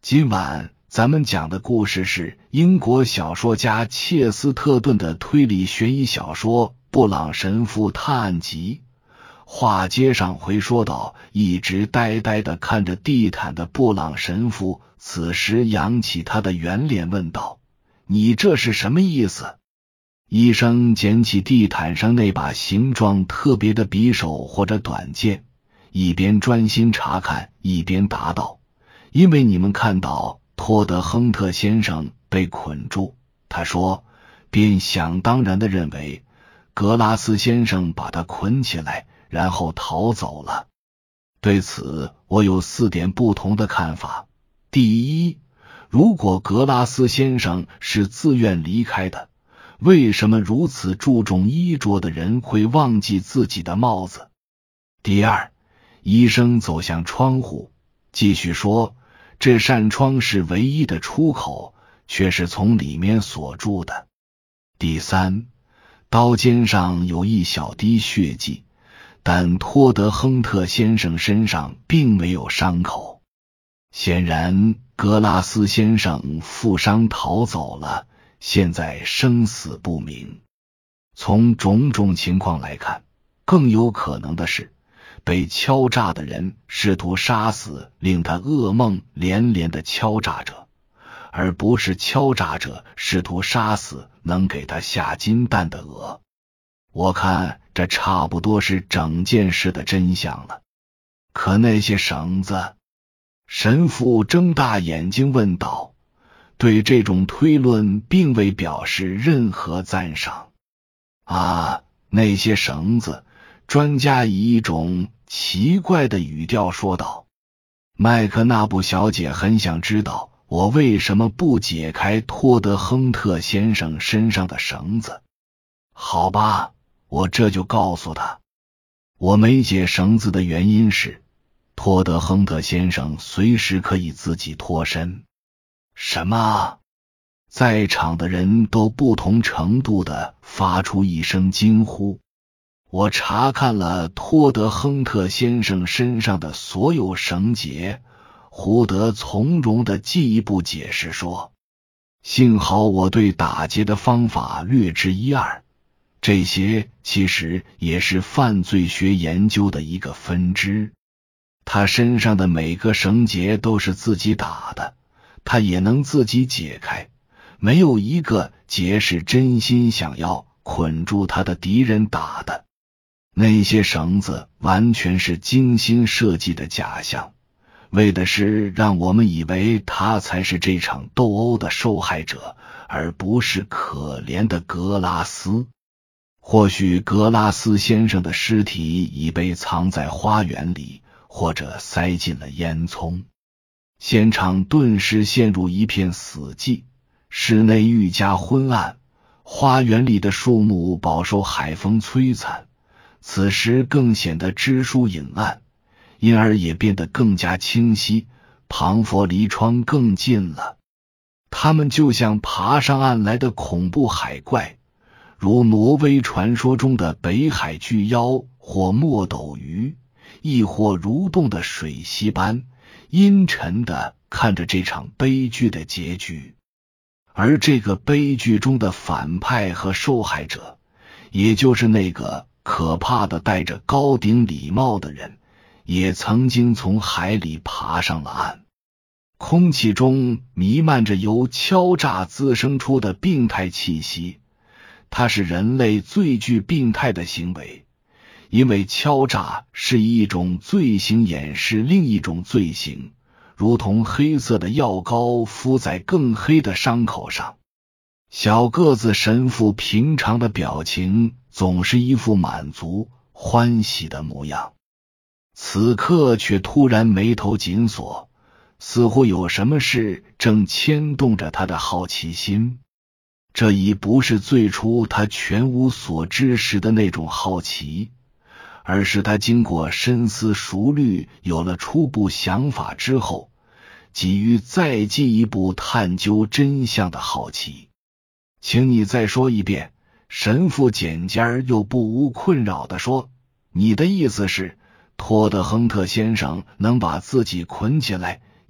今晚咱们讲的故事是英国小说家切斯特顿的推理悬疑小说《布朗神父探案集》。话接上回说到，一直呆呆地看着地毯的布朗神父此时扬起他的圆脸问道：你这是什么意思？医生捡起地毯上那把形状特别的匕首或者短剑，一边专心查看一边答道：因为你们看到托德亨特先生被捆住，他说，便想当然地认为格拉斯先生把他捆起来然后逃走了。对此我有4点不同的看法。第一，如果格拉斯先生是自愿离开的，为什么如此注重衣着的人会忘记自己的帽子？第二，医生走向窗户，继续说，这扇窗是唯一的出口，却是从里面锁住的。第三，刀尖上有一小滴血迹，但托德亨特先生身上并没有伤口。显然格拉斯先生负伤逃走了，现在生死不明。从种种情况来看，更有可能的是被敲诈的人试图杀死令他噩梦连连的敲诈者，而不是敲诈者试图杀死能给他下金蛋的鹅。我看这差不多是整件事的真相了。可那些绳子？神父睁大眼睛问道，对这种推论并未表示任何赞赏。那些绳子，专家以一种奇怪的语调说道。麦克纳布小姐很想知道我为什么不解开托德亨特先生身上的绳子。好吧，我这就告诉他。我没解绳子的原因是，托德亨特先生随时可以自己脱身。什么？在场的人都不同程度地发出一声惊呼。我查看了托德亨特先生身上的所有绳结，胡德从容地进一步解释说，幸好我对打结的方法略知一二，这些其实也是犯罪学研究的一个分支。他身上的每个绳结都是自己打的，他也能自己解开，没有一个结是真心想要捆住他的敌人打的。那些绳子完全是精心设计的假象，为的是让我们以为他才是这场斗殴的受害者，而不是可怜的格拉斯。或许格拉斯先生的尸体已被藏在花园里，或者塞进了烟囱。现场顿时陷入一片死寂，室内愈加昏暗，花园里的树木饱受海风摧残，此时更显得枝疏隐暗，因而也变得更加清晰，庞佛离窗更近了。他们就像爬上岸来的恐怖海怪，如挪威传说中的北海巨妖或墨斗鱼，亦或蠕动的水螅般阴沉地看着这场悲剧的结局。而这个悲剧中的反派和受害者，也就是那个可怕的戴着高顶礼帽的人，也曾经从海里爬上了岸。空气中弥漫着由敲诈滋生出的病态气息，它是人类最具病态的行为，因为敲诈是一种罪行掩饰另一种罪行，如同黑色的药膏敷在更黑的伤口上。小个子神父平常的表情总是一副满足欢喜的模样，此刻却突然眉头紧锁，似乎有什么事正牵动着他的好奇心。这已不是最初他全无所知时的那种好奇，而是他经过深思熟虑有了初步想法之后，急于再进一步探究真相的好奇。请你再说一遍。神父简尖又不无困扰地说，你的意思是托德亨特先生能把自己捆起来，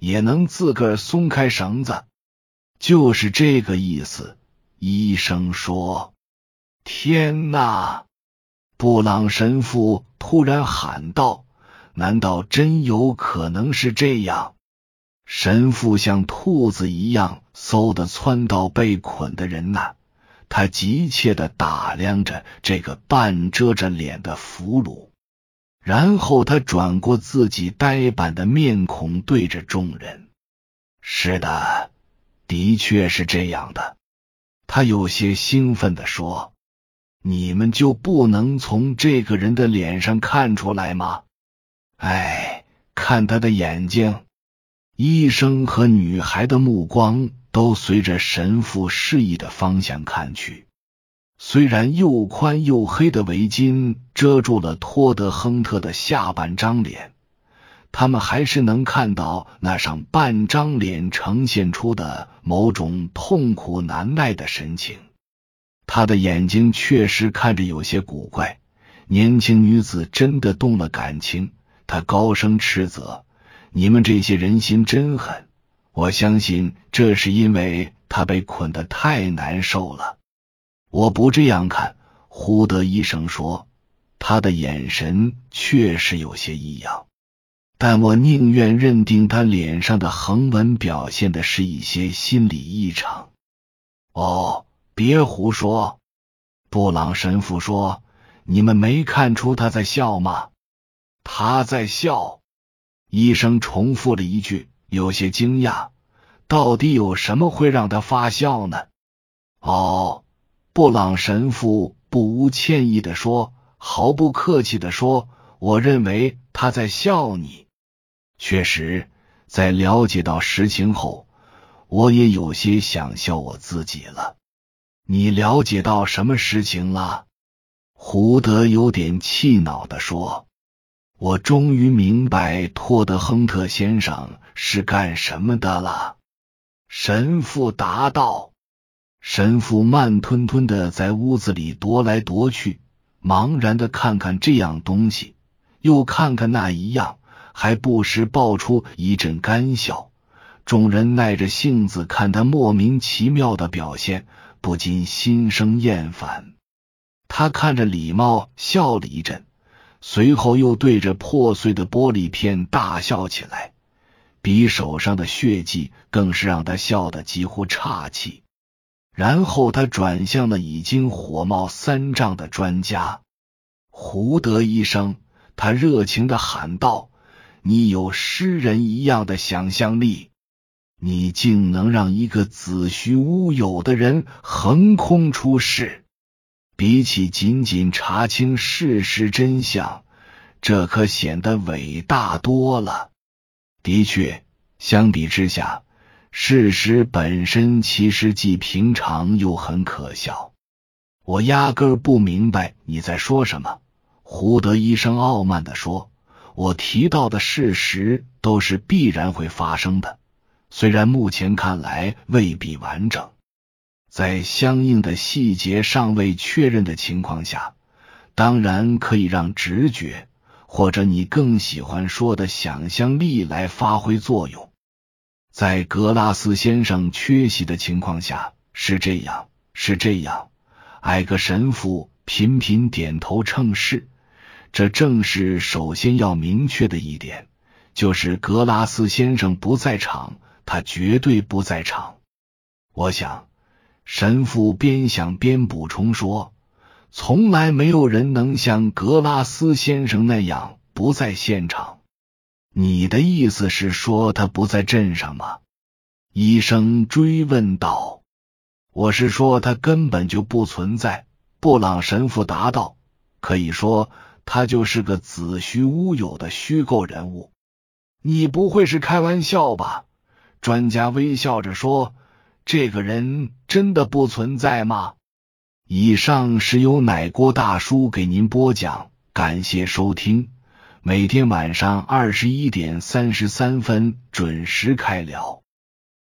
也能自个儿松开绳子。就是这个意思。医生说。天哪！布朗神父突然喊道，难道真有可能是这样？神父像兔子一样嗖地窜到被捆的人那，他急切地打量着这个半遮着脸的俘虏，然后他转过自己呆板的面孔，对着众人。是的，的确是这样的。他有些兴奋地说，你们就不能从这个人的脸上看出来吗？哎，看他的眼睛。医生和女孩的目光都随着神父示意的方向看去。虽然又宽又黑的围巾遮住了托德亨特的下半张脸，他们还是能看到那上半张脸呈现出的某种痛苦难耐的神情。他的眼睛确实看着有些古怪，年轻女子真的动了感情。她高声斥责，你们这些人心真狠，我相信这是因为她被捆得太难受了。我不这样看，胡德医生说，他的眼神确实有些异样，但我宁愿认定他脸上的横纹表现的是一些心理异常。哦，别胡说，布朗神父说，你们没看出他在笑吗？他在笑。医生重复了一句，有些惊讶，到底有什么会让他发笑呢？哦，布朗神父不无歉意地说，毫不客气地说，我认为他在笑你。确实，在了解到实情后，我也有些想笑我自己了。你了解到什么实情了？胡德有点气恼地说，我终于明白托德亨特先生是干什么的了。神父答道。神父慢吞吞地在屋子里踱来踱去，茫然地看看这样东西，又看看那一样，还不时爆出一阵干笑。众人耐着性子看他莫名其妙的表现，不禁心生厌烦。他看着礼帽笑了一阵，随后又对着破碎的玻璃片大笑起来，比手上的血迹更是让他笑得几乎岔气。然后他转向了已经火冒三丈的专家胡德医生，他热情地喊道，你有诗人一样的想象力，你竟能让一个子虚乌有的人横空出世，比起仅仅查清事实真相，这可显得伟大多了。的确，相比之下，事实本身其实既平常又很可笑。我压根儿不明白你在说什么，胡德医生傲慢地说，我提到的事实都是必然会发生的，虽然目前看来未必完整。在相应的细节尚未确认的情况下，当然可以让直觉，或者你更喜欢说的想象力来发挥作用。在格拉斯先生缺席的情况下，是这样，是这样。艾格神父频频点头称是。这正是首先要明确的一点，就是格拉斯先生不在场，他绝对不在场。我想，神父边想边补充说，从来没有人能像格拉斯先生那样不在现场。你的意思是说他不在镇上吗？医生追问道。我是说他根本就不存在，布朗神父答道，可以说他就是个子虚乌有的虚构人物。你不会是开玩笑吧？专家微笑着说，这个人真的不存在吗？以上是由奶锅大叔给您播讲，感谢收听。每天晚上21:33准时开聊。